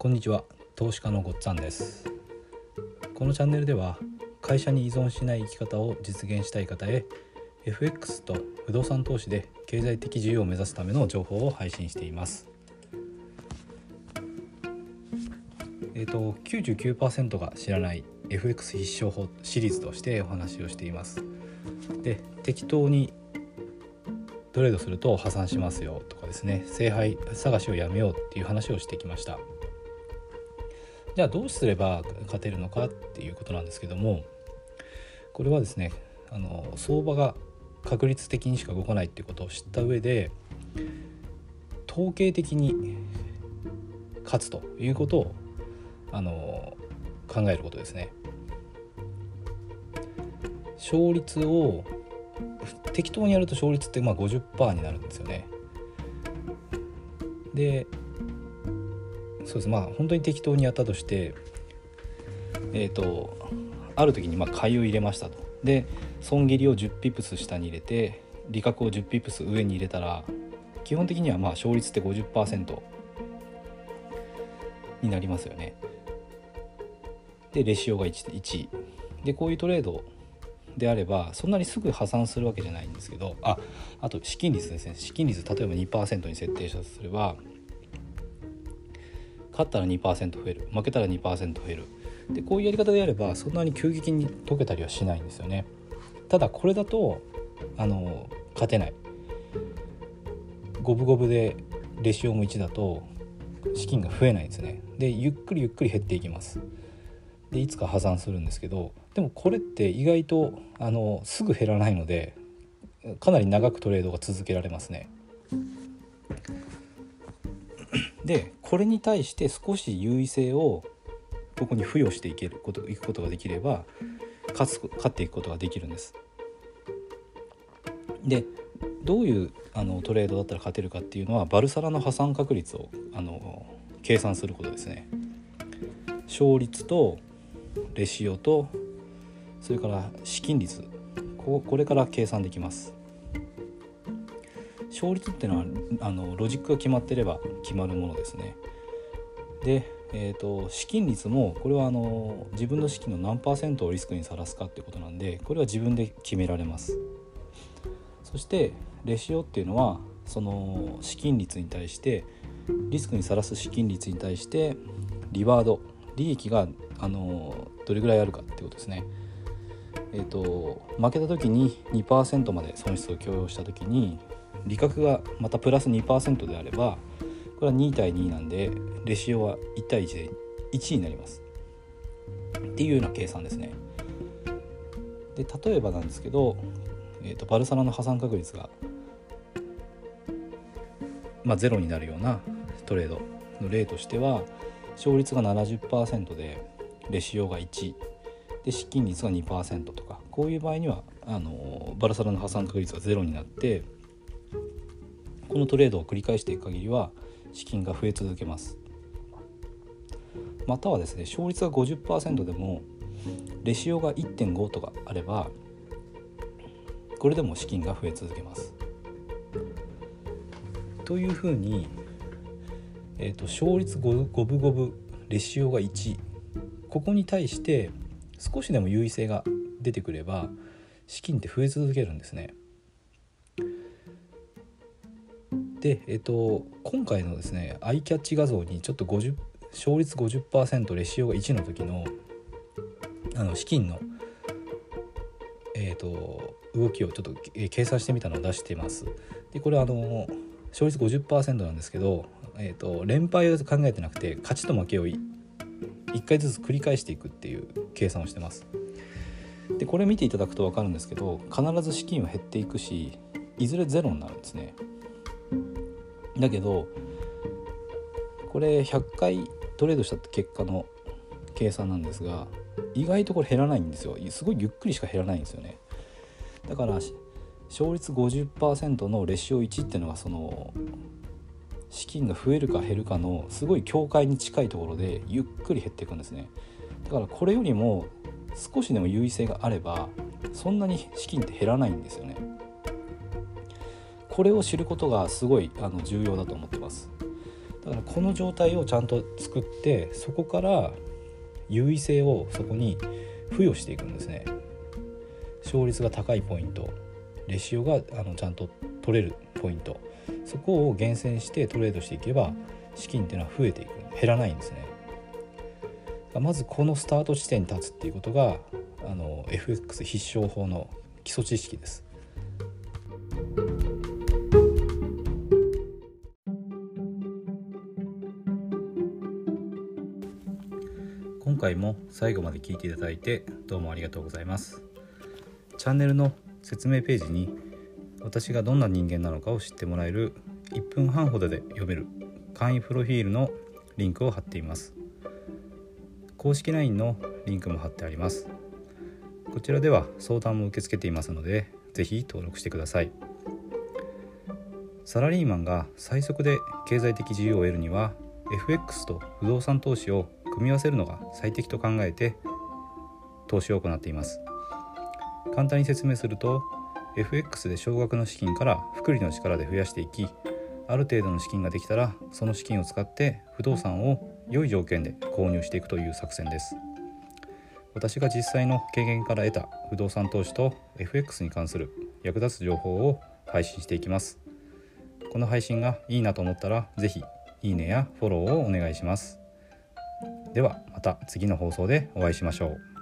こんにちは、投資家のごっつぁんです。このチャンネルでは会社に依存しない生き方を実現したい方へ FX と不動産投資で経済的自由を目指すための情報を配信しています。99% が知らない FX 必勝法シリーズとしてお話をしています。で、適当にトレードすると破産しますよとかですね、聖杯探しをやめようっていう話をしてきました。じゃあどうすれば勝てるのかっていうことなんですけども、これはですね、相場が確率的にしか動かないっていうことを知った上で、統計的に勝つということを考えることですね。勝率を適当にやると勝率って 50% になるんですよね。で、そうです。本当に適当にやったとして、ある時に買いを入れましたと。で、損切りを10ピプス下に入れて、利確を10ピプス上に入れたら、基本的には勝率って 50% になりますよね。で、レシオが 1で、こういうトレードであればそんなにすぐ破産するわけじゃないんですけど、あと資金率ですね。資金率例えば 2% に設定したとすれば、勝ったら 2% 増える、負けたら 2% 増える。で、こういうやり方でやればそんなに急激に解けたりはしないんですよね。ただこれだと勝てない。五分五分でレシオも1だと資金が増えないんですね。で、ゆっくり減っていきます。で、いつか破産するんですけど、でもこれって意外とすぐ減らないので、かなり長くトレードが続けられますね。で、これに対して少し優位性をここに付与していくことができれば勝っていくことができるんです。で、どういうトレードだったら勝てるかっていうのは、バルサラの破産確率を計算することですね。勝率とレシオと、それから資金率、これから計算できます。勝率っていうのはロジックが決まってれば決まるものですね。で、資金率もこれは自分の資金の何%をリスクにさらすかっていうことなんで、これは自分で決められます。そしてレシオっていうのはその資金率に対して、リスクにさらす資金率に対してリワード、利益がどれぐらいあるかっていうことですね。負けた時に 2% まで損失を許容した時に、利確がまたプラス 2% であれば、これは2対2なんでレシオは1対1で1になりますっていうような計算ですね。で、例えばなんですけど、バルサラの破産確率が、0になるようなトレードの例としては、勝率が 70% でレシオが1で資金率が 2% とか、こういう場合にはバルサラの破産確率が0になって、このトレードを繰り返していく限りは資金が増え続けます。またはですね、勝率が 50% でもレシオが 1.5 とかあれば、これでも資金が増え続けます。というふうに、勝率5分5分レシオが1、ここに対して少しでも優位性が出てくれば資金って増え続けるんですね。で、今回のですね、アイキャッチ画像にちょっと勝率 50% レシオが1の時の資金の動きをちょっと計算してみたのを出しています。で、これは勝率 50% なんですけど、連敗を考えてなくて、勝ちと負けを1回ずつ繰り返していくっていう計算をしてます。で、これ見ていただくと分かるんですけど、必ず資金は減っていくし、いずれゼロになるんですね。だけどこれ100回トレードした結果の計算なんですが、意外とこれ減らないんですよ。すごいゆっくりしか減らないんですよね。だから勝率 50% のレシオ1っていうのが、その資金が増えるか減るかのすごい境界に近いところでゆっくり減っていくんですね。だからこれよりも少しでも優位性があれば、そんなに資金って減らないんですよね。これを知ることがすごい重要だと思ってます。 だからこの状態をちゃんと作って、そこから優位性をそこに付与していくんですね。勝率が高いポイント、レシオがちゃんと取れるポイント、そこを厳選してトレードしていけば資金っていうのは増えていく、減らないんですね。まずこのスタート地点に立つっていうことがFX 必勝法の基礎知識です。今回も最後まで聞いていただいてどうもありがとうございます。チャンネルの説明ページに私がどんな人間なのかを知ってもらえる1分半ほどで読める簡易プロフィールのリンクを貼っています。公式 LINE のリンクも貼ってあります。こちらでは相談も受け付けていますので、ぜひ登録してください。サラリーマンが最速で経済的自由を得るには FX と不動産投資を組み合わせるのが最適と考えて投資を行っています。簡単に説明すると、 FX で少額の資金から複利の力で増やしていき、ある程度の資金ができたらその資金を使って不動産を良い条件で購入していくという作戦です。私が実際の経験から得た不動産投資と FX に関する役立つ情報を配信していきます。この配信がいいなと思ったらぜひいいねやフォローをお願いします。ではまた次の放送でお会いしましょう。